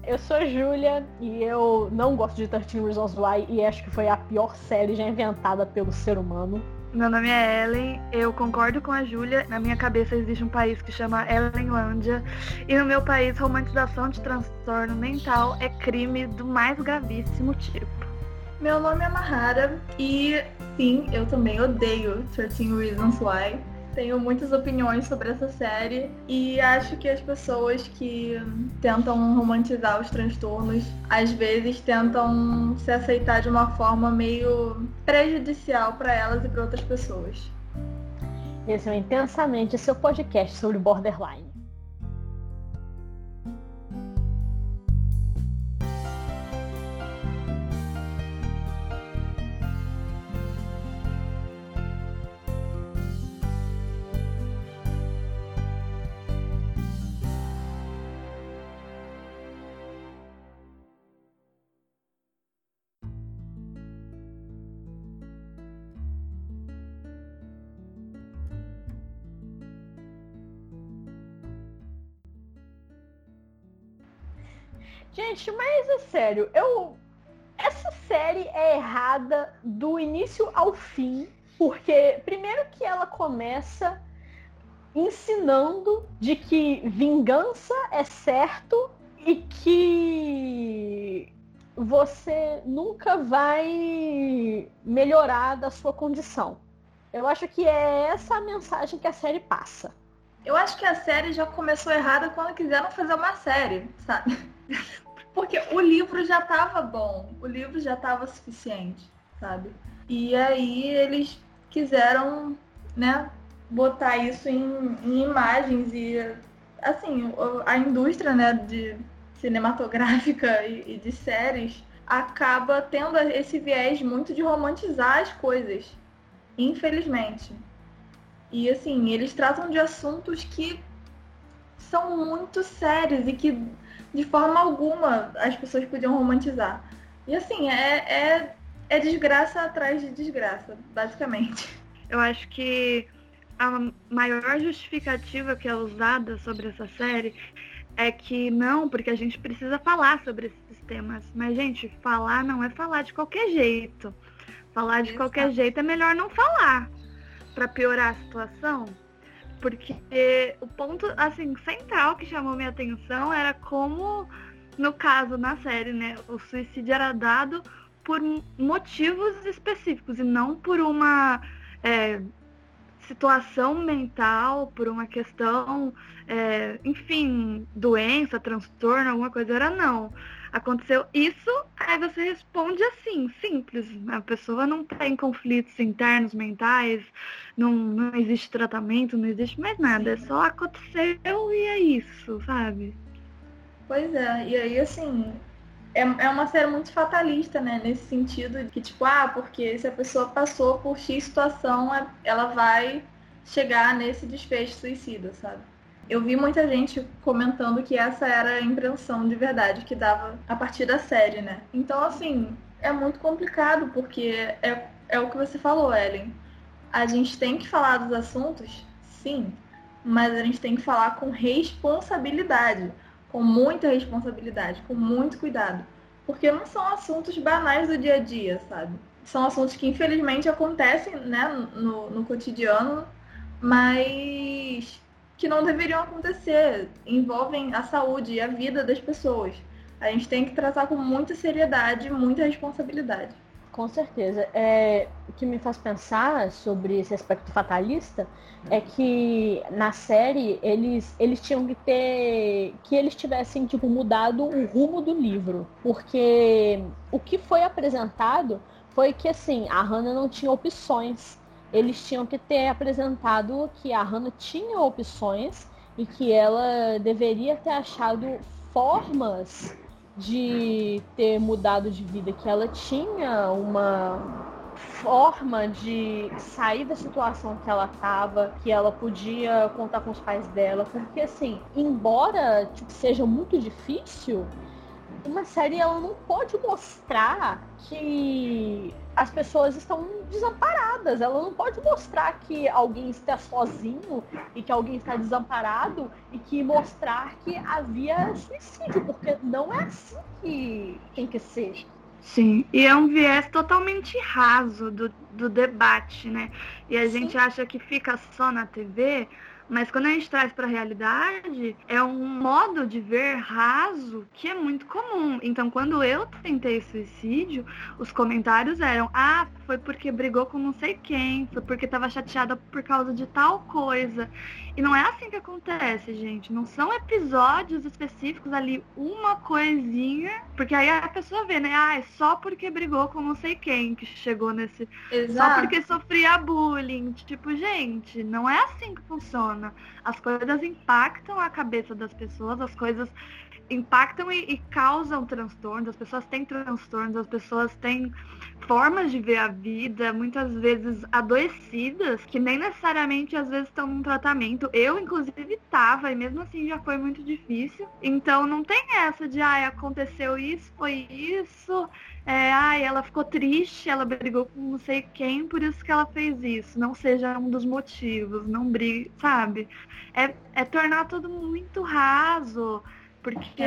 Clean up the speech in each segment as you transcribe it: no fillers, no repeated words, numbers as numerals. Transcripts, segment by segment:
eu sou a Júlia e eu não gosto de 13 Reasons Why e acho que foi a pior série já inventada pelo ser humano. Meu nome é Ellen, eu concordo com a Júlia. Na minha cabeça existe um país que chama Ellenlândia. E no meu país, romantização de transtorno mental é crime do mais gravíssimo tipo. Meu nome é Mahara e sim, eu também odeio 13 Reasons Why. Tenho muitas opiniões sobre essa série e acho que as pessoas que tentam romantizar os transtornos às vezes tentam se aceitar de uma forma meio prejudicial para elas e para outras pessoas. Esse é o Intensamente, seu podcast sobre borderline. Gente, mas é sério, essa série é errada do início ao fim, porque primeiro que ela começa ensinando de que vingança é certo e que você nunca vai melhorar da sua condição. Eu acho que é essa a mensagem que a série passa. Eu acho que a série já começou errada quando quiseram fazer uma série, sabe? Porque o livro já estava bom, o livro já estava suficiente, sabe? E aí eles quiseram, né, botar isso em imagens e, assim, a indústria, né, de cinematográfica e de séries acaba tendo esse viés muito de romantizar as coisas, infelizmente. E, assim, eles tratam de assuntos que são muito sérios e que de forma alguma as pessoas podiam romantizar. E assim, é desgraça atrás de desgraça, basicamente. Eu acho que a maior justificativa que é usada sobre essa série é que não, porque a gente precisa falar sobre esses temas. Mas, gente, falar não é falar de qualquer jeito. Falar de qualquer jeito é melhor não falar, para piorar a situação. Porque o ponto, assim, central que chamou minha atenção era como, no caso, na série, né, o suicídio era dado por motivos específicos e não por uma situação mental, por uma questão, enfim, doença, transtorno, alguma coisa. Era não. Aconteceu isso, aí você responde assim, simples. A pessoa não tem conflitos internos mentais, não existe tratamento, não existe mais nada. Sim. Só aconteceu e é isso, sabe? Pois é, e aí assim, é uma série muito fatalista, né? Nesse sentido de que, tipo, porque se a pessoa passou por X situação, ela vai chegar nesse desfecho suicida, sabe? Eu vi muita gente comentando que essa era a impressão de verdade que dava a partir da série, né? Então, assim, é muito complicado, porque é o que você falou, Ellen. A gente tem que falar dos assuntos, sim, mas a gente tem que falar com responsabilidade, com muita responsabilidade, com muito cuidado. Porque não são assuntos banais do dia a dia, sabe? São assuntos que, infelizmente, acontecem, né, no cotidiano, mas que não deveriam acontecer, envolvem a saúde e a vida das pessoas. A gente tem que tratar com muita seriedade e muita responsabilidade. Com certeza. O que me faz pensar sobre esse aspecto fatalista é que na série eles tinham que eles tivessem tipo, mudado o rumo do livro. Porque o que foi apresentado foi que assim, a Hannah não tinha opções. Eles tinham que ter apresentado que a Hannah tinha opções e que ela deveria ter achado formas de ter mudado de vida, que ela tinha uma forma de sair da situação que ela estava, que ela podia contar com os pais dela, porque assim, embora tipo, seja muito difícil, uma série ela não pode mostrar que as pessoas estão desamparadas. Ela não pode mostrar que alguém está sozinho e que alguém está desamparado e que mostrar que havia suicídio, porque não é assim que tem que ser. Sim, e é um viés totalmente raso do debate, né? E a gente acha que fica só na TV, mas quando a gente traz para a realidade, é um modo de ver raso que é muito comum. Então, quando eu tentei suicídio, os comentários eram: ah, foi porque brigou com não sei quem, foi porque estava chateada por causa de tal coisa. E não é assim que acontece, gente. Não são episódios específicos ali, uma coisinha, porque aí a pessoa vê, né? Ah, é só porque brigou com não sei quem que chegou nesse... Exato. Só porque sofria bullying. Tipo, gente, não é assim que funciona. As coisas impactam a cabeça das pessoas, as coisas impactam e causam transtornos, as pessoas têm transtornos, as pessoas têm formas de ver a vida, muitas vezes adoecidas, que nem necessariamente às vezes estão num tratamento. Eu, inclusive, estava, e mesmo assim já foi muito difícil. Então não tem essa de, aconteceu isso, foi isso, ela ficou triste, ela brigou com não sei quem, por isso que ela fez isso. Não seja um dos motivos, não brigue, sabe? É tornar tudo muito raso. Porque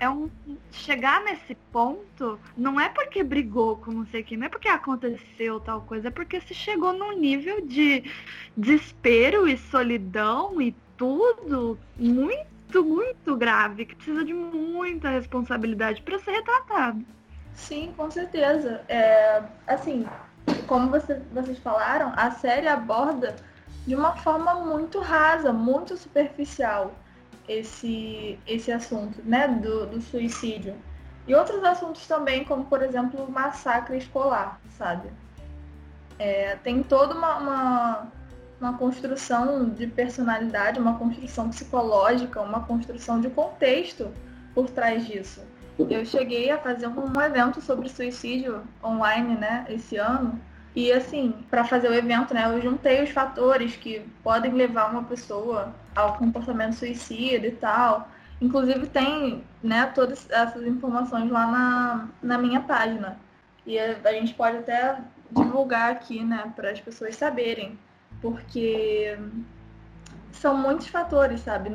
chegar nesse ponto não é porque brigou com não sei quem, não é porque aconteceu tal coisa, é porque se chegou num nível de desespero e solidão e tudo muito, muito grave, que precisa de muita responsabilidade para ser retratado. Sim, com certeza. Assim, como vocês falaram, a série aborda de uma forma muito rasa, muito superficial esse assunto, né, do suicídio. E outros assuntos também, como, por exemplo, o massacre escolar, sabe? Tem toda uma construção de personalidade, uma construção psicológica, uma construção de contexto por trás disso. Eu cheguei a fazer um evento sobre suicídio online, né, esse ano. E assim, para fazer o evento, né, eu juntei os fatores que podem levar uma pessoa ao comportamento suicida e tal. Inclusive tem, né, todas essas informações lá na minha página. E a gente pode até divulgar aqui, né, para as pessoas saberem. Porque são muitos fatores, sabe?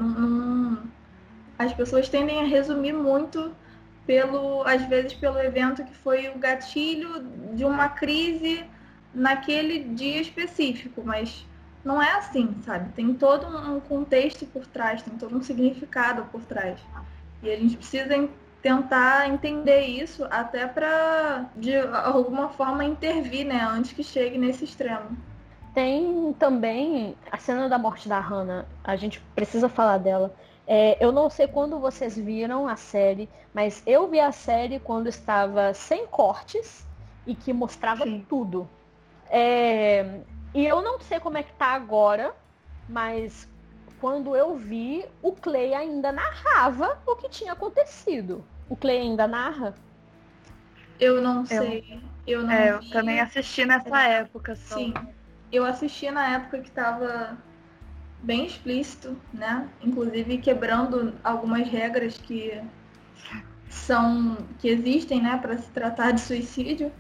As pessoas tendem a resumir muito às vezes pelo evento que foi o gatilho de uma crise naquele dia específico, mas não é assim, sabe? Tem todo um contexto por trás, tem todo um significado por trás. E a gente precisa tentar entender isso até para, de alguma forma, intervir, né? Antes que chegue nesse extremo. Tem também a cena da morte da Hannah, a gente precisa falar dela. Eu não sei quando vocês viram a série, mas eu vi a série quando estava sem cortes e que mostrava tudo. E eu não sei como é que tá agora, mas quando eu vi, o Clay ainda narrava o que tinha acontecido. O Clay ainda narra? Eu não sei. Eu também assisti nessa época. Só. Sim, eu assisti na época que estava bem explícito, né? Inclusive quebrando algumas regras que existem, né, para se tratar de suicídio.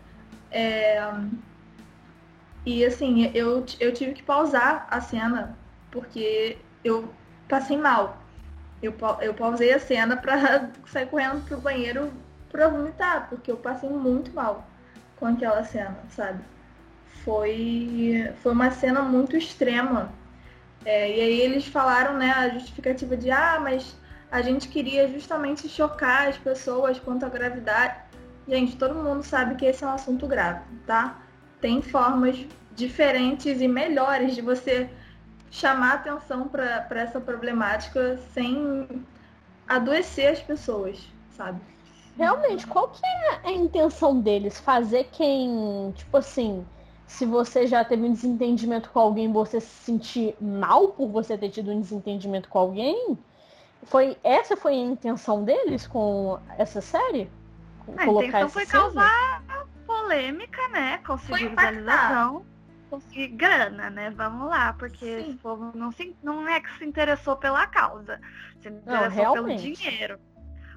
E assim, eu tive que pausar a cena porque eu passei mal. Eu pausei a cena para sair correndo pro banheiro para vomitar, porque eu passei muito mal com aquela cena, sabe? Foi uma cena muito extrema. E aí eles falaram, né, a justificativa de mas a gente queria justamente chocar as pessoas quanto à gravidade. Gente, todo mundo sabe que esse é um assunto grave, tá? Tem formas diferentes e melhores de você chamar atenção para essa problemática sem adoecer as pessoas, sabe? Realmente, qual que é a intenção deles? Fazer quem, tipo assim, se você já teve um desentendimento com alguém, você se sentir mal por você ter tido um desentendimento com alguém? Essa foi a intenção deles com essa série? A intenção foi causar polêmica, né? Conseguir visualização, conseguir grana, né? Vamos lá, porque esse povo não é que se interessou pela causa, se interessou pelo dinheiro.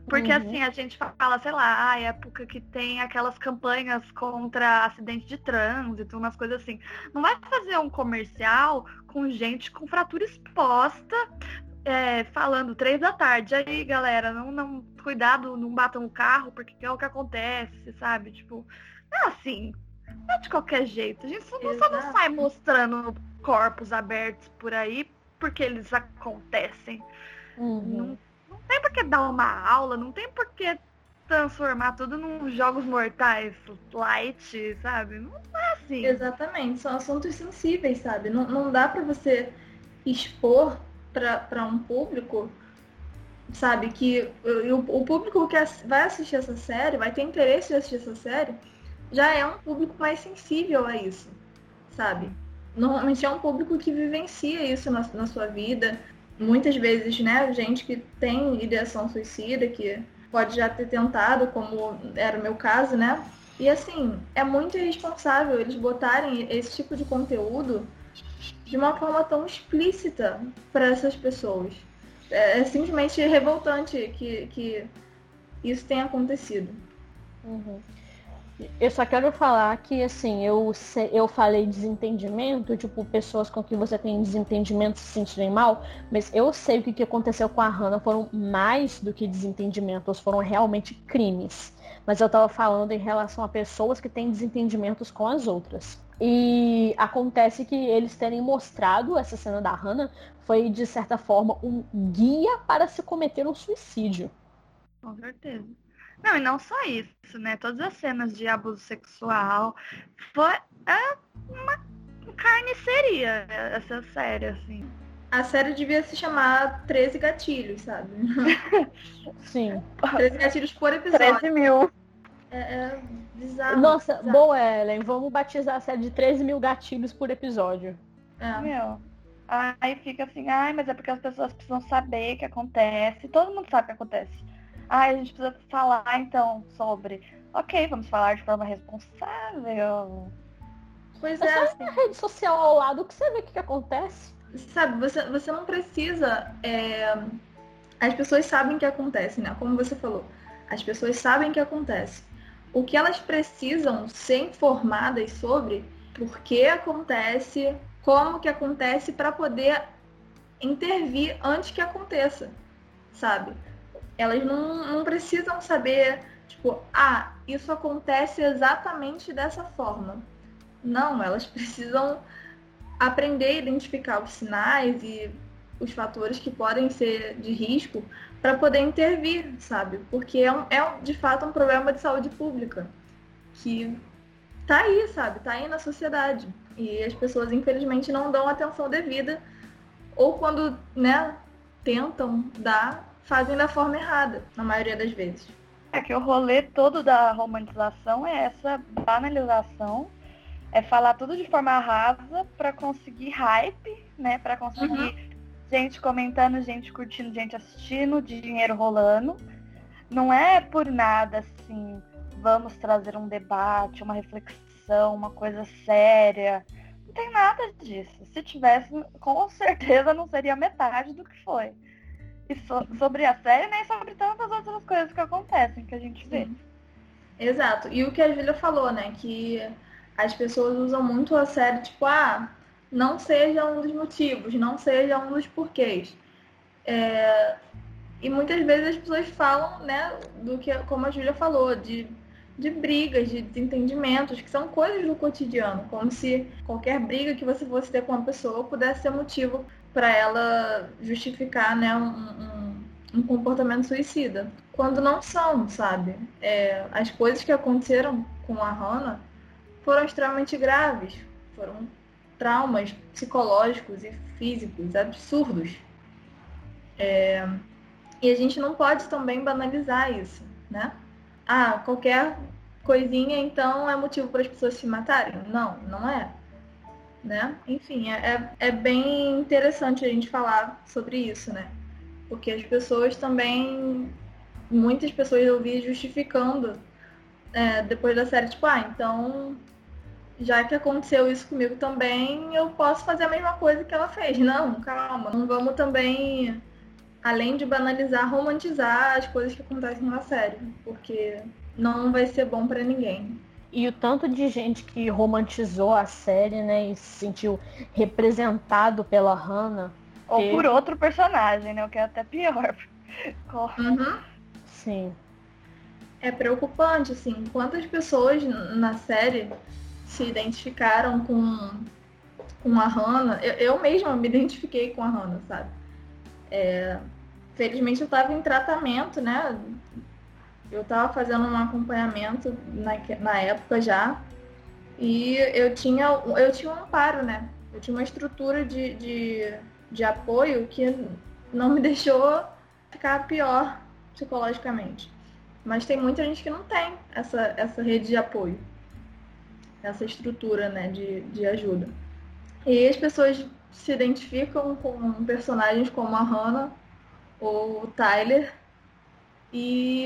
Porque assim, a gente fala, sei lá, a época que tem aquelas campanhas contra acidente de trânsito, umas coisas assim. Não vai fazer um comercial com gente com fratura exposta, falando 3 da tarde. Aí, galera, não, cuidado, não batam o carro, porque é o que acontece, sabe? Tipo, não é assim, não é de qualquer jeito. A gente só não sai mostrando corpos abertos por aí, porque eles acontecem. Não tem por que dar uma aula, não tem por que transformar tudo num jogos mortais light, sabe? Não é assim. Exatamente, são assuntos sensíveis, sabe? Não dá pra você expor pra um público, sabe? Que o público que vai assistir essa série, vai ter interesse de assistir essa série, já é um público mais sensível a isso, sabe? Normalmente é um público que vivencia isso na sua vida. Muitas vezes, né, gente que tem ideação suicida, que pode já ter tentado, como era o meu caso, né? E assim, é muito irresponsável eles botarem esse tipo de conteúdo de uma forma tão explícita para essas pessoas. É simplesmente revoltante que isso tenha acontecido. Eu só quero falar que, assim, eu falei desentendimento, tipo, pessoas com que você tem desentendimento se sentirem mal, mas eu sei que o que aconteceu com a Hannah foram mais do que desentendimentos, foram realmente crimes. Mas eu tava falando em relação a pessoas que têm desentendimentos com as outras. E acontece que eles terem mostrado essa cena da Hannah foi, de certa forma, um guia para se cometer um suicídio. Com certeza. Não, e não só isso, né? Todas as cenas de abuso sexual foi uma carniceria, essa série, assim. A série devia se chamar 13 Gatilhos, sabe? Sim. 13 gatilhos por episódio. 13 mil. É bizarro. Nossa, bizarro. boa, Ellen. Vamos batizar a série de 13 mil gatilhos por episódio. Meu. Aí fica assim, mas é porque as pessoas precisam saber o que acontece. Todo mundo sabe o que acontece. A gente precisa falar, então, sobre... Ok, vamos falar de forma responsável. Pois É só na rede social ao lado que você vê o que acontece. Sabe, você não precisa... As pessoas sabem o que acontece, né? Como você falou. As pessoas sabem o que acontece. O que elas precisam ser informadas sobre por que acontece, como que acontece, para poder intervir antes que aconteça, sabe? Elas não precisam saber, tipo, isso acontece exatamente dessa forma. Não, elas precisam aprender a identificar os sinais e os fatores que podem ser de risco para poder intervir, sabe? Porque é de fato um problema de saúde pública que tá aí, sabe? Tá aí na sociedade. E as pessoas, infelizmente, não dão atenção devida, ou quando, né, tentam dar, fazem da forma errada, na maioria das vezes. É que o rolê todo da romantização é essa banalização, é falar tudo de forma rasa para conseguir hype, né? Para conseguir gente comentando, gente curtindo, gente assistindo, dinheiro rolando. Não é por nada assim, vamos trazer um debate, uma reflexão, uma coisa séria. Não tem nada disso. Se tivesse, com certeza não seria metade do que foi. E sobre a série, nem sobre tantas outras coisas que acontecem, que a gente vê. Exato. E o que a Júlia falou, né? Que as pessoas usam muito a série, tipo, não seja um dos motivos, não seja um dos porquês. E muitas vezes as pessoas falam, né, do que, como a Júlia falou, de brigas, de desentendimentos, que são coisas do cotidiano, como se qualquer briga que você fosse ter com uma pessoa pudesse ser motivo para ela justificar, né, um comportamento suicida. Quando não são, sabe? As coisas que aconteceram com a Hannah foram extremamente graves, foram traumas psicológicos e físicos absurdos. E a gente não pode também banalizar isso, né? Qualquer coisinha, então, é motivo para as pessoas se matarem? Não, não é. Né? Enfim, é bem interessante a gente falar sobre isso, né? Porque as pessoas também, muitas pessoas eu vi justificando depois da série, tipo, então, já que aconteceu isso comigo também, eu posso fazer a mesma coisa que ela fez. Não, calma, não vamos também além de banalizar, romantizar as coisas que acontecem na série, porque não vai ser bom pra ninguém. E o tanto de gente que romantizou a série, né, e se sentiu representado pela Hannah. Ou por outro personagem, né, o que é até pior. Uhum. Sim. É preocupante, assim, quantas pessoas na série se identificaram com a Hannah. Eu mesma me identifiquei com a Hannah, sabe? Felizmente eu estava em tratamento, né? Eu estava fazendo um acompanhamento na época já. E eu tinha um amparo, né? Eu tinha uma estrutura de apoio que não me deixou ficar pior psicologicamente. Mas tem muita gente que não tem essa rede de apoio, essa estrutura, né, de ajuda. E as pessoas se identificam com personagens como a Hannah ou o Tyler e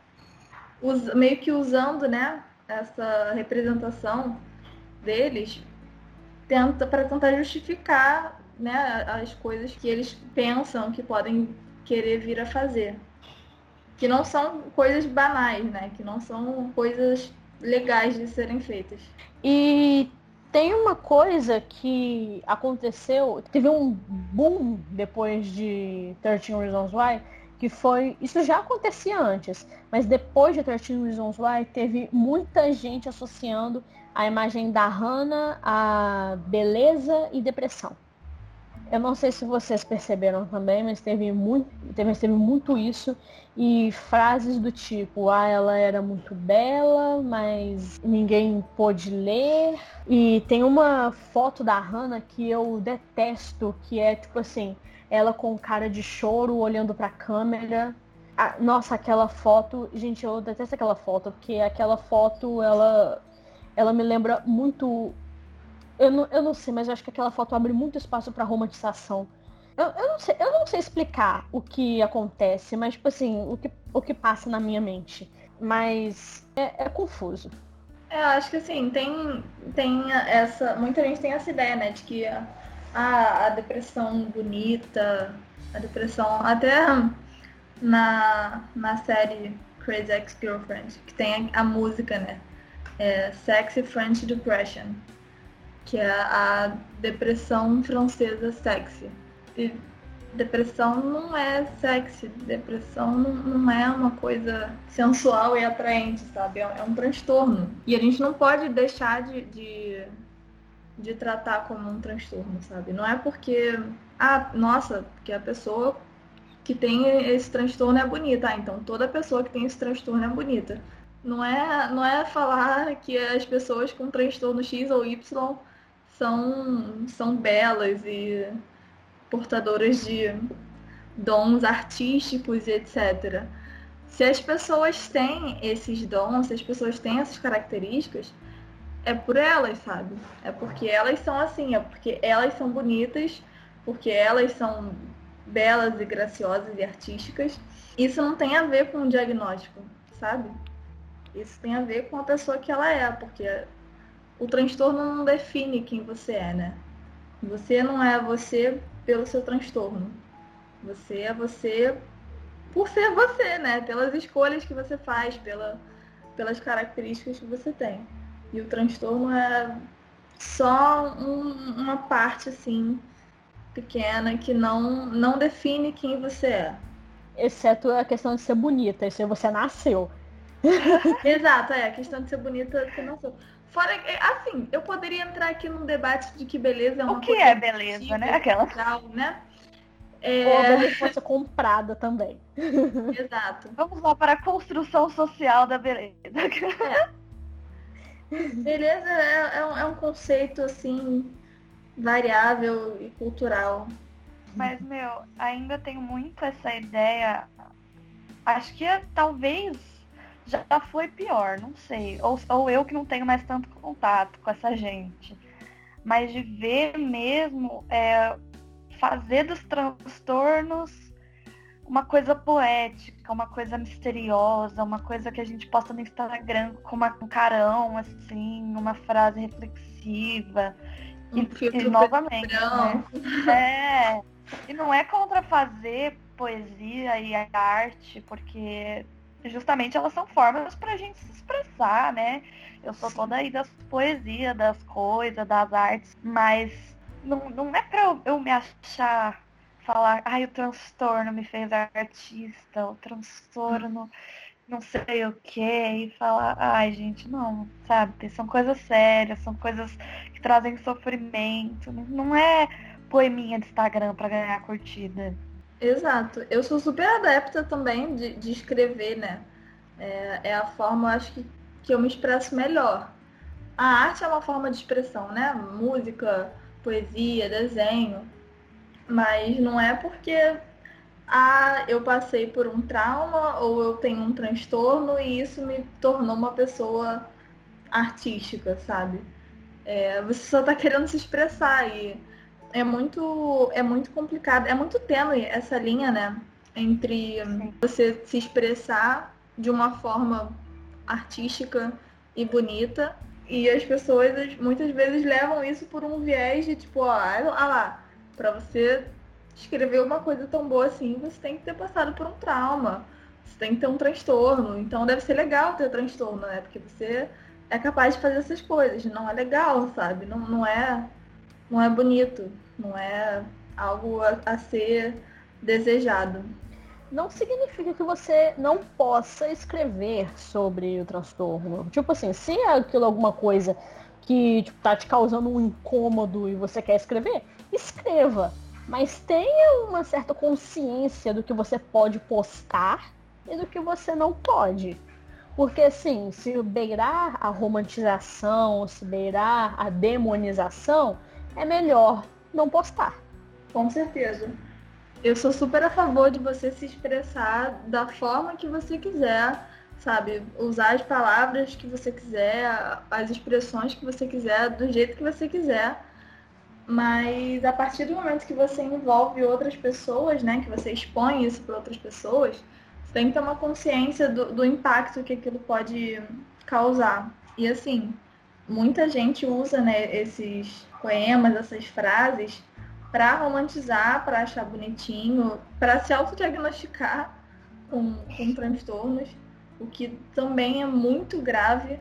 meio que usando, né, essa representação deles para tentar justificar, né, as coisas que eles pensam que podem querer vir a fazer. Que não são coisas banais, né? Que não são coisas legais de serem feitas. E tem uma coisa que aconteceu, teve um boom depois de 13 Reasons Why, que foi, isso já acontecia antes, mas depois de 13 Reasons Why teve muita gente associando a imagem da Hannah a beleza e depressão. Eu não sei se vocês perceberam também, mas teve muito isso. E frases do tipo, ela era muito bela, mas ninguém pôde ler. E tem uma foto da Hannah que eu detesto, que é tipo assim, ela com cara de choro, olhando pra câmera. Nossa, aquela foto, gente, eu detesto aquela foto, porque aquela foto, ela me lembra muito... Eu não sei, mas eu acho que aquela foto abre muito espaço pra romantização. Eu não sei explicar o que acontece, mas, tipo assim, o que passa na minha mente. Mas é confuso. Eu acho que, assim, tem essa... Muita gente tem essa ideia, né, de que a depressão bonita, a depressão... Até na série Crazy Ex-Girlfriend, que tem a música, né, Sexy French Depression, que é a depressão francesa sexy. E depressão não é sexy, depressão não é uma coisa sensual e atraente, sabe? É um transtorno. E a gente não pode deixar de tratar como um transtorno, sabe? Não é porque, porque a pessoa que tem esse transtorno é bonita, então toda pessoa que tem esse transtorno é bonita. Não é falar que as pessoas com transtorno X ou Y são belas e portadoras de dons artísticos e etc. Se as pessoas têm esses dons, se as pessoas têm essas características, é por elas, sabe? É porque elas são assim, é porque elas são bonitas, porque elas são belas e graciosas e artísticas. Isso não tem a ver com o diagnóstico, sabe? Isso tem a ver com a pessoa que ela é, porque o transtorno não define quem você é, né? Você não é você pelo seu transtorno. Você é você por ser você, né? Pelas escolhas que você faz, pelas características que você tem. E o transtorno é só uma parte, assim, pequena que não define quem você é. Exceto a questão de ser bonita, isso aí você nasceu. Exato, a questão de ser bonita você nasceu. Fora, assim, eu poderia entrar aqui num debate de que beleza é uma coisa... O que é beleza, né? Aquela... Legal, né? Ou a beleza pode ser comprada também. Exato. Vamos lá para a construção social da beleza. Beleza é um conceito, assim, variável e cultural. Mas, ainda tenho muito essa ideia. Acho que talvez já foi pior, não sei. Ou eu que não tenho mais tanto contato com essa gente. Mas de ver mesmo, fazer dos transtornos uma coisa poética, uma coisa misteriosa, uma coisa que a gente posta no Instagram com um carão, assim, uma frase reflexiva. Um filtro e novamente, né? E não é contra fazer poesia e a arte, porque justamente elas são formas pra gente se expressar, né? Eu sou toda aí das poesias, das coisas, das artes, mas não é pra eu me achar, falar, ai, o transtorno me fez artista, o transtorno não sei o que, e falar, ai, gente, não, sabe? São coisas sérias, são coisas que trazem sofrimento, não é poeminha de Instagram pra ganhar curtida. Exato. Eu sou super adepta também de escrever, né? É a forma, eu acho que eu me expresso melhor. A arte é uma forma de expressão, né? Música, poesia, desenho. Mas não é porque eu passei por um trauma ou eu tenho um transtorno e isso me tornou uma pessoa artística, sabe? Você só tá querendo se expressar e é muito complicado, é muito tênue essa linha, né? Entre você se expressar de uma forma artística e bonita e as pessoas muitas vezes levam isso por um viés de tipo, ó lá, pra você escrever uma coisa tão boa assim, você tem que ter passado por um trauma, você tem que ter um transtorno, então deve ser legal ter transtorno, né? Porque você é capaz de fazer essas coisas, não é legal, sabe? Não é bonito, não é algo a ser desejado. Não significa que você não possa escrever sobre o transtorno. Tipo assim, se é aquilo alguma coisa que tipo, tá te causando um incômodo e você quer escrever, escreva. Mas tenha uma certa consciência do que você pode postar e do que você não pode. Porque assim, se beirar a romantização, se beirar a demonização, é melhor não postar. Com certeza. Eu sou super a favor de você se expressar da forma que você quiser, sabe? Usar as palavras que você quiser, as expressões que você quiser, do jeito que você quiser. Mas a partir do momento que você envolve outras pessoas, né? Que você expõe isso para outras pessoas, você tem que ter uma consciência do impacto que aquilo pode causar. E assim, muita gente usa, né, esses poemas, essas frases para romantizar, para achar bonitinho, para se autodiagnosticar com transtornos, o que também é muito grave.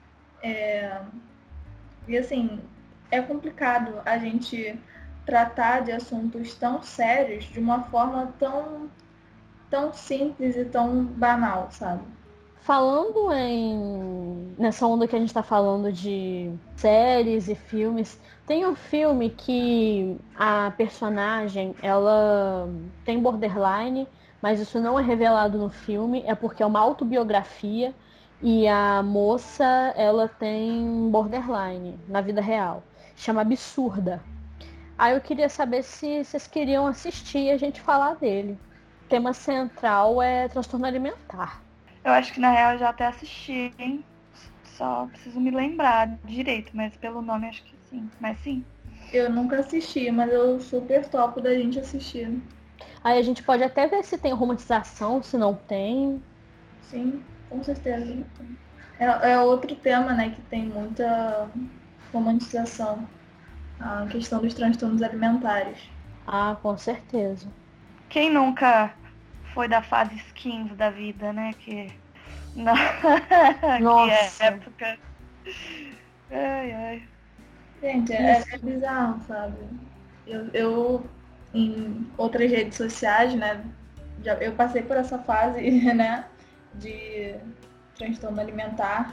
E assim, é complicado a gente tratar de assuntos tão sérios de uma forma tão simples e tão banal, sabe? Falando nessa onda que a gente tá falando de séries e filmes, tem um filme que a personagem, ela tem borderline, mas isso não é revelado no filme, é porque é uma autobiografia e a moça, ela tem borderline na vida real. Chama Absurda. Aí eu queria saber se vocês queriam assistir e a gente falar dele. O tema central é transtorno alimentar. Eu acho que na real eu já até assisti, hein? Só preciso me lembrar direito, mas pelo nome acho que sim. Mas sim. Eu nunca assisti, mas eu super topo da gente assistir. Aí a gente pode até ver se tem romantização, se não tem. Sim, com certeza. É outro tema, né, que tem muita romantização. A questão dos transtornos alimentares. Ah, com certeza. Quem nunca foi da fase skins da vida, né? Que na Nossa. Que época. Ai. Gente, é bizarro, sabe? Eu em outras redes sociais, né? Eu passei por essa fase, né? De transtorno alimentar.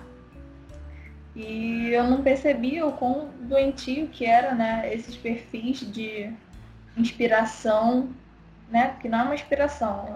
E eu não percebia o quão doentio que era, né? Esses perfis de inspiração, né? Porque não é uma inspiração,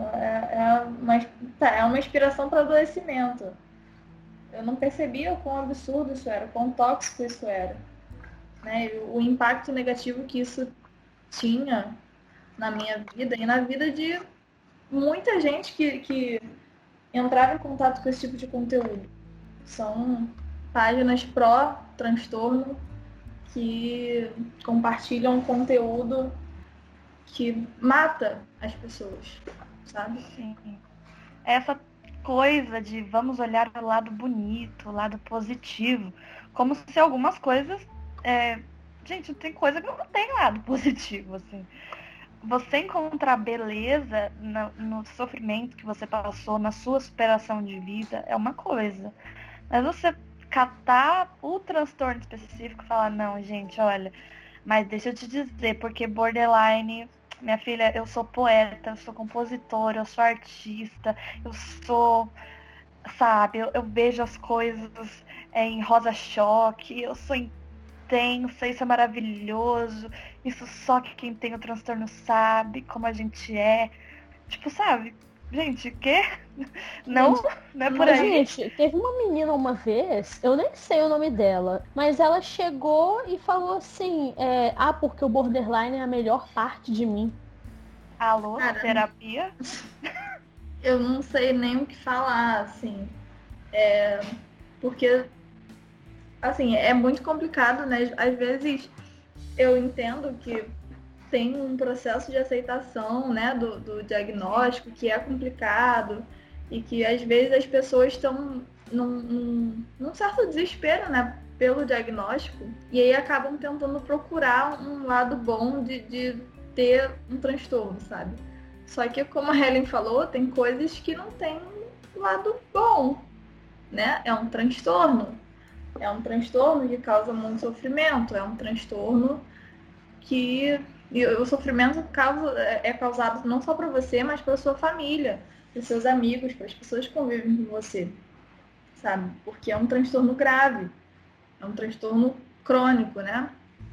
é uma inspiração para adoecimento. Eu não percebia o quão absurdo isso era, o quão tóxico isso era, né? E o impacto negativo que isso tinha na minha vida e na vida de muita gente que entrava em contato com esse tipo de conteúdo. São páginas pró-transtorno que compartilham conteúdo que mata as pessoas, sabe? Sim. Essa coisa de vamos olhar o lado bonito, o lado positivo, como se algumas coisas... Gente, tem coisa que não tem lado positivo, assim. você encontrar beleza no sofrimento que você passou, na sua superação de vida, é uma coisa. Mas você catar o transtorno específico e falar, não, gente, olha, mas deixa eu te dizer, porque borderline, minha filha, eu sou poeta, eu sou compositora, eu sou artista, eu sou, sabe, eu vejo as coisas em rosa choque, eu sou intensa, isso é maravilhoso, isso só que quem tem o transtorno sabe como a gente é. Tipo, sabe? Gente, quê? Não, não é por aí. Gente, teve uma menina uma vez, eu nem sei o nome dela, mas ela chegou e falou assim, porque o borderline é a melhor parte de mim. Alô, terapia? Eu não sei nem o que falar, assim. Porque, assim, é muito complicado, né? Às vezes eu entendo que tem um processo de aceitação, né, do diagnóstico, que é complicado e que às vezes as pessoas estão num certo desespero, né, pelo diagnóstico, e aí acabam tentando procurar um lado bom de ter um transtorno, sabe? Só que, como a Helen falou, tem coisas que não tem lado bom, né? É um transtorno que causa muito sofrimento, é um transtorno que o sofrimento é causado não só para você, mas para sua família, para seus amigos, para as pessoas que convivem com você, sabe? Porque é um transtorno grave, é um transtorno crônico, né?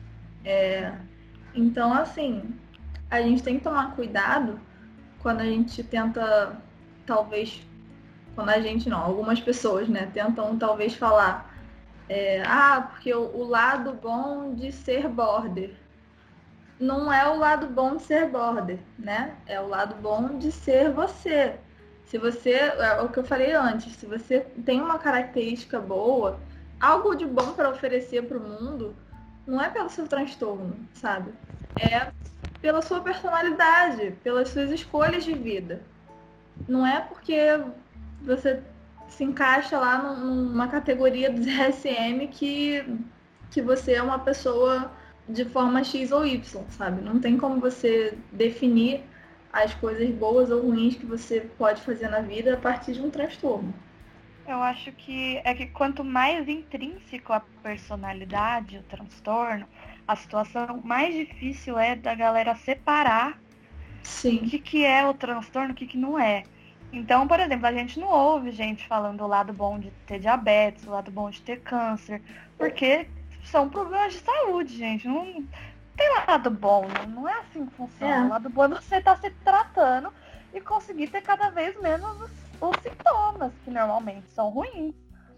Então, assim, a gente tem que tomar cuidado quando a gente tenta, talvez, algumas pessoas, né, tentam talvez falar, porque o lado bom de ser border. Não é o lado bom de ser border, né? É o lado bom de ser você. Se você, é o que eu falei antes, se você tem uma característica boa, algo de bom para oferecer para o mundo, não é pelo seu transtorno, sabe? É pela sua personalidade, pelas suas escolhas de vida. Não é porque você se encaixa lá numa categoria do DSM que você é uma pessoa de forma X ou Y, sabe? Não tem como você definir as coisas boas ou ruins que você pode fazer na vida a partir de um transtorno. Eu acho que quanto mais intrínseco a personalidade, o transtorno, a situação, mais difícil é da galera separar Sim. o que é o transtorno e o que não é. Então, por exemplo, a gente não ouve gente falando o lado bom de ter diabetes, o lado bom de ter câncer, porque são problemas de saúde, gente. Não tem lado bom, não é assim que funciona. O lado bom é você estar se tratando e conseguir ter cada vez menos os sintomas, que normalmente são ruins.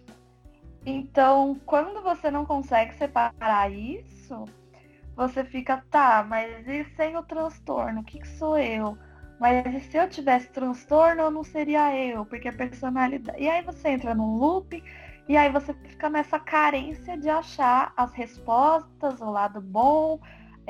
Então, quando você não consegue separar isso, você fica, mas e sem o transtorno? O que sou eu? Mas e se eu tivesse transtorno, eu não seria eu, porque a personalidade... E aí você entra num loop, e aí você fica nessa carência de achar as respostas, o lado bom,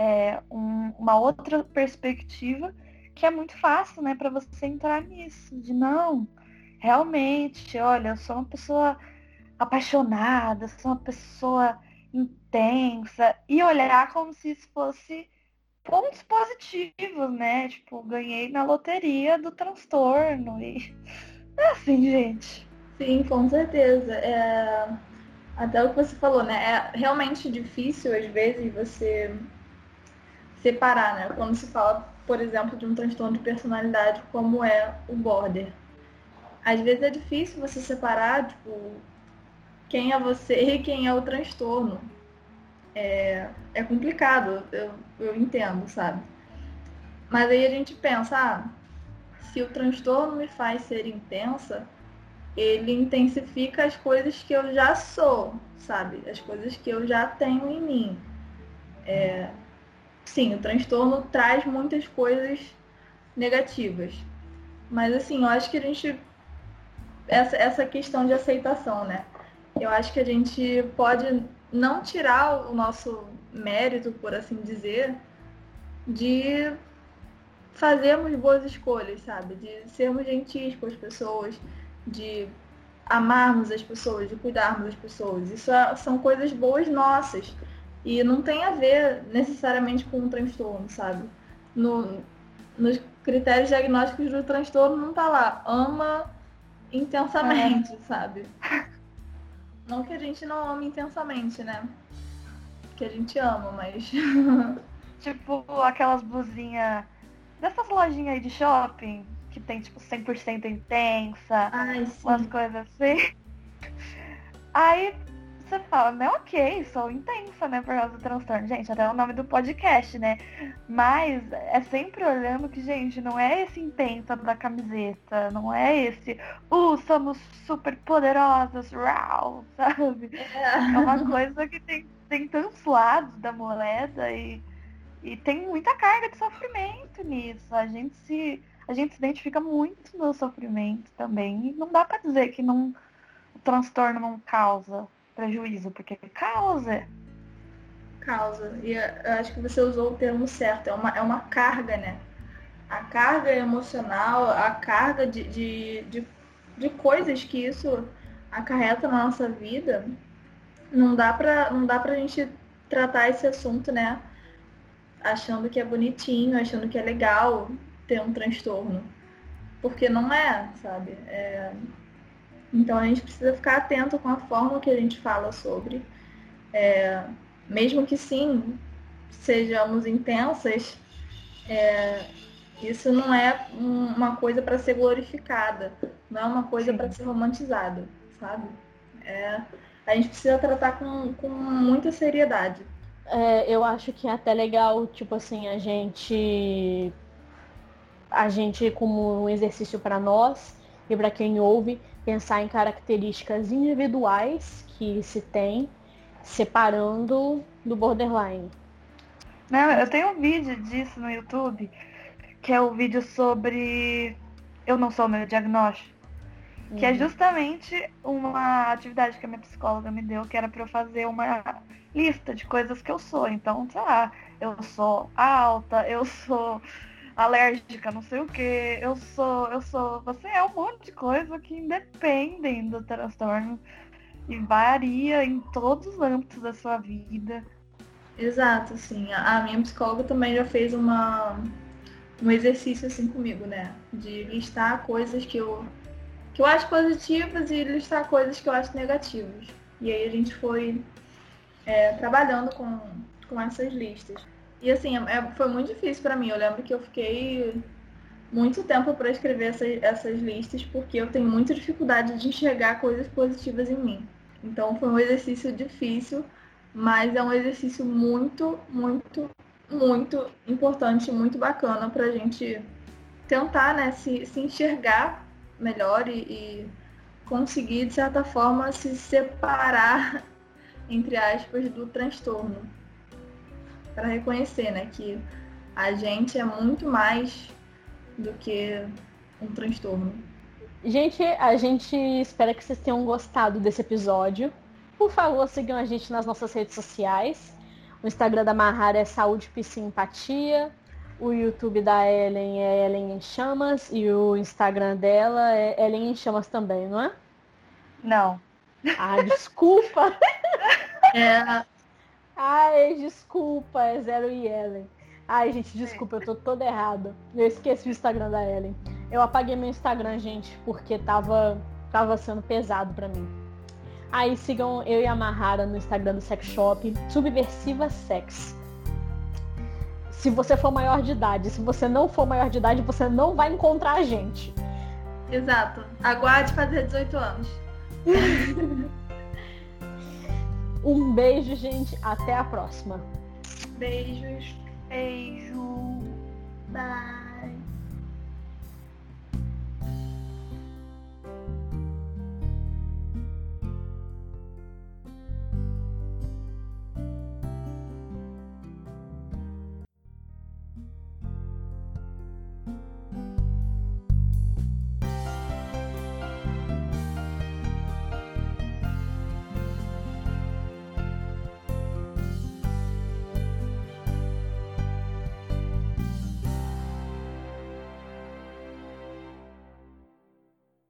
uma outra perspectiva, que é muito fácil, né, para você entrar nisso, de não, realmente, olha, eu sou uma pessoa apaixonada, sou uma pessoa intensa, e olhar como se isso fosse pontos positivos, né? Tipo, ganhei na loteria do transtorno. E é assim, gente. Sim, com certeza. Até o que você falou, né? É realmente difícil, às vezes, você separar, né? Quando se fala, por exemplo, de um transtorno de personalidade como é o border. Às vezes é difícil você separar, tipo, quem é você e quem é o transtorno. É complicado, eu entendo, sabe? Mas aí a gente pensa, se o transtorno me faz ser intensa, ele intensifica as coisas que eu já sou, sabe? As coisas que eu já tenho em mim. Sim, o transtorno traz muitas coisas negativas. Mas assim, eu acho que a gente... Essa questão de aceitação, né? Eu acho que a gente pode não tirar o nosso mérito, por assim dizer, de fazermos boas escolhas, sabe? De sermos gentis com as pessoas, de amarmos as pessoas, de cuidarmos das pessoas. Isso são coisas boas nossas. E não tem a ver necessariamente com um transtorno, sabe? nos critérios diagnósticos do transtorno não tá lá. Ama intensamente, sabe? Não que a gente não ame intensamente, né? Que a gente ama, mas... Tipo aquelas blusinhas dessas lojinhas aí de shopping, que tem tipo 100% intensa, Ai, sim. umas coisas assim. Aí você fala, né, ok, sou intensa, né, por causa do transtorno. Gente, até é o nome do podcast, né? Mas é sempre olhando que, gente, não é esse intensa da camiseta, não é esse, somos super poderosas, rau, sabe? É uma coisa que tem tantos lados da moeda e tem muita carga de sofrimento nisso. A gente se identifica muito no sofrimento também. E não dá pra dizer que o transtorno não causa prejuízo, porque causa. Causa. E eu acho que você usou o termo certo. É uma carga, né? A carga emocional, a carga de coisas que isso acarreta na nossa vida. Não dá pra gente tratar esse assunto, né? Achando que é bonitinho, achando que é legal ter um transtorno. Porque não é, sabe? Então a gente precisa ficar atento com a forma que a gente fala sobre. Mesmo que sim, sejamos intensas, isso não é uma coisa para ser glorificada, não é uma coisa para ser romantizada, sabe? A gente precisa tratar com muita seriedade. Eu acho que é até legal, tipo assim, a gente como um exercício para nós e para quem ouve, pensar em características individuais que se tem, separando do borderline. Não, eu tenho um vídeo disso no YouTube, que é o vídeo sobre Eu Não Sou Meu Diagnóstico, que é justamente uma atividade que a minha psicóloga me deu, que era para eu fazer uma lista de coisas que eu sou. Então, sei lá, eu sou alta, eu sou alérgica, não sei o que, eu sou, você é um monte de coisa que independem do transtorno e varia em todos os âmbitos da sua vida. Exato, sim. A minha psicóloga também já fez um exercício assim comigo, né? De listar coisas que eu acho positivas e listar coisas que eu acho negativas. E aí a gente foi trabalhando com essas listas. E assim, foi muito difícil para mim. Eu lembro que eu fiquei muito tempo para escrever essas listas, porque eu tenho muita dificuldade de enxergar coisas positivas em mim. Então foi um exercício difícil, mas é um exercício muito, muito, muito importante, muito bacana para a gente tentar, né, se enxergar melhor e conseguir, de certa forma, se separar, entre aspas, do transtorno. Para reconhecer, né, que a gente é muito mais do que um transtorno. Gente, a gente espera que vocês tenham gostado desse episódio. Por favor, sigam a gente nas nossas redes sociais. O Instagram da Mahara é Saúde, Psi, Empatia. O YouTube da Ellen é Ellen em Chamas. E o Instagram dela é Ellen em Chamas também, não é? Não. Desculpa! Ai, desculpa, é Zero e Ellen. Ai, gente, desculpa, eu tô toda errada. Eu esqueci o Instagram da Ellen. Eu apaguei meu Instagram, gente, porque tava sendo pesado pra mim. Aí sigam eu e a Mahara no Instagram do Sex Shop, Subversiva Sex. Se você for maior de idade, se você não for maior de idade, você não vai encontrar a gente. Exato. Aguarde fazer 18 anos. Um beijo, gente. Até a próxima. Beijos. Beijo.